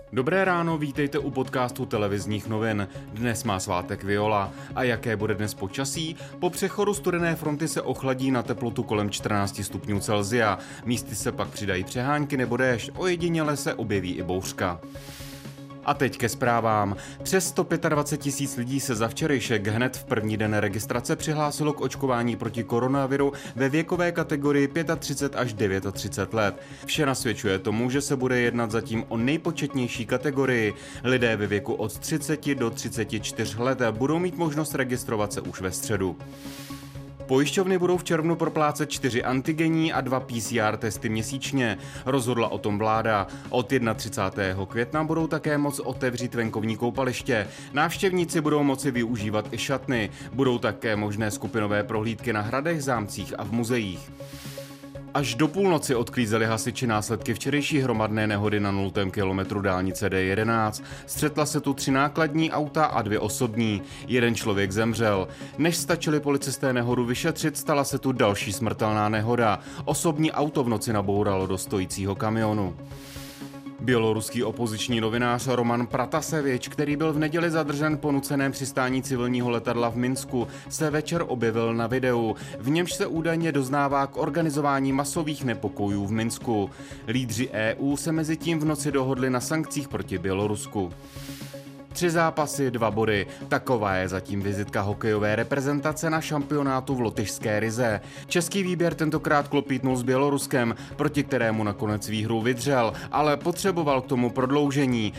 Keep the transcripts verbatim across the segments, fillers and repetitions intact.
Dobré ráno, vítejte u podcastu televizních novin. Dnes má svátek Viola. A jaké bude dnes počasí? Po přechodu studené fronty se ochladí na teplotu kolem čtrnáct stupňů Celsia. Místy se pak přidají přehánky nebo déšť, ojediněle se objeví i bouřka. A teď ke zprávám. Přes sto dvacet pět tisíc lidí se za včerejšek hned v první den registrace přihlásilo k očkování proti koronaviru ve věkové kategorii třicet pět až třicet devět let. Vše nasvědčuje tomu, že se bude jednat zatím o nejpočetnější kategorii. Lidé ve věku od třiceti do třiceti čtyř let budou mít možnost registrovat se už ve středu. Pojišťovny budou v červnu proplácet čtyři antigenní a dva P C R testy měsíčně. Rozhodla o tom vláda. Od třicátého prvního května budou také moct otevřít venkovní koupaliště. Návštěvníci budou moci využívat i šatny. Budou také možné skupinové prohlídky na hradech, zámcích a v muzeích. Až do půlnoci odklízeli hasiči následky včerejší hromadné nehody na nultém kilometru dálnice D jedenáct. Střetla se tu tři nákladní auta a dvě osobní. Jeden člověk zemřel. Než stačili policisté nehodu vyšetřit, stala se tu další smrtelná nehoda. Osobní auto v noci nabouralo do stojícího kamionu. Běloruský opoziční novinář Roman Pratasevič, který byl v neděli zadržen po nuceném přistání civilního letadla v Minsku, se večer objevil na videu. V němž se údajně doznává k organizování masových nepokojů v Minsku. Lídři E U se mezi tím v noci dohodli na sankcích proti Bělorusku. Tři zápasy, dva body. Taková je zatím vizitka hokejové reprezentace na šampionátu v lotyšské Rize. Český výběr tentokrát klopítnul s Běloruskem, proti kterému nakonec výhru vydřel, ale potřeboval k tomu prodloužení.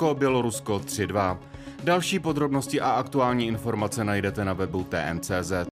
Česko-Bělorusko tři dva. Další podrobnosti a aktuální informace najdete na webu T M tečka cé zet.